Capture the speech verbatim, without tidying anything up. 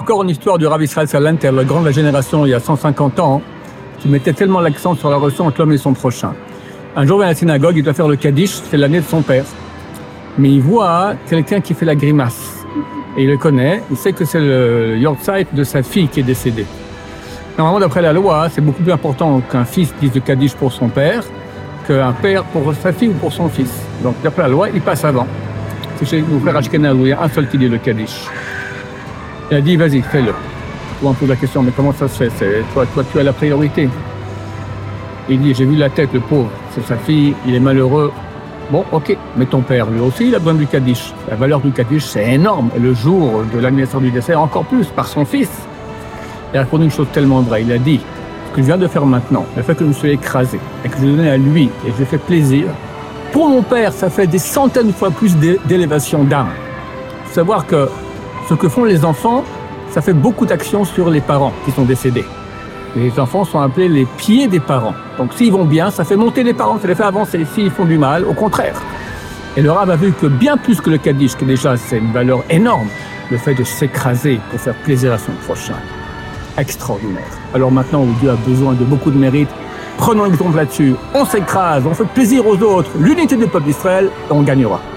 Encore une histoire du Rav Israël Salanter, le grand de la génération il y a cent cinquante ans, qui mettait tellement l'accent sur la relation entre l'homme et son prochain. Un jour, il va à la synagogue, il doit faire le Kaddish, c'est l'année de son père. Mais il voit quelqu'un qui fait la grimace. Et il le connaît, il sait que c'est le Yortzeit de sa fille qui est décédée. Normalement, d'après la loi, c'est beaucoup plus important qu'un fils dise le Kaddish pour son père qu'un père pour sa fille ou pour son fils. Donc, d'après la loi, il passe avant. C'est chez nos frères Ashkenaz où il y a un seul qui dit le Kaddish. Il a dit, vas-y, fais-le. On me pose la question, mais comment ça se fait? C'est, toi, toi, tu as la priorité. Il dit, j'ai vu la tête, le pauvre, c'est sa fille, il est malheureux. Bon, ok, mais ton père, lui aussi, il a besoin du Kaddish. La valeur du Kaddish, c'est énorme. Et le jour de l'anniversaire du décès, encore plus, par son fils. Il a répondu une chose tellement vraie. Il a dit, ce que je viens de faire maintenant, le fait que je me suis écrasé et que je l'ai donné à lui et je lui ai fait plaisir, pour mon père, ça fait des centaines de fois plus d'élévation d'âme. Il faut savoir que ce que font les enfants, ça fait beaucoup d'actions sur les parents qui sont décédés. Les enfants sont appelés les pieds des parents. Donc s'ils vont bien, ça fait monter les parents, ça les fait avancer. S'ils font du mal, au contraire. Et le Rav a vu que bien plus que le Kaddish, que déjà c'est une valeur énorme, le fait de s'écraser pour faire plaisir à son prochain. Extraordinaire. Alors maintenant où Dieu a besoin de beaucoup de mérite, prenons exemple là-dessus. On s'écrase, on fait plaisir aux autres, l'unité du peuple d'Israël, et on gagnera.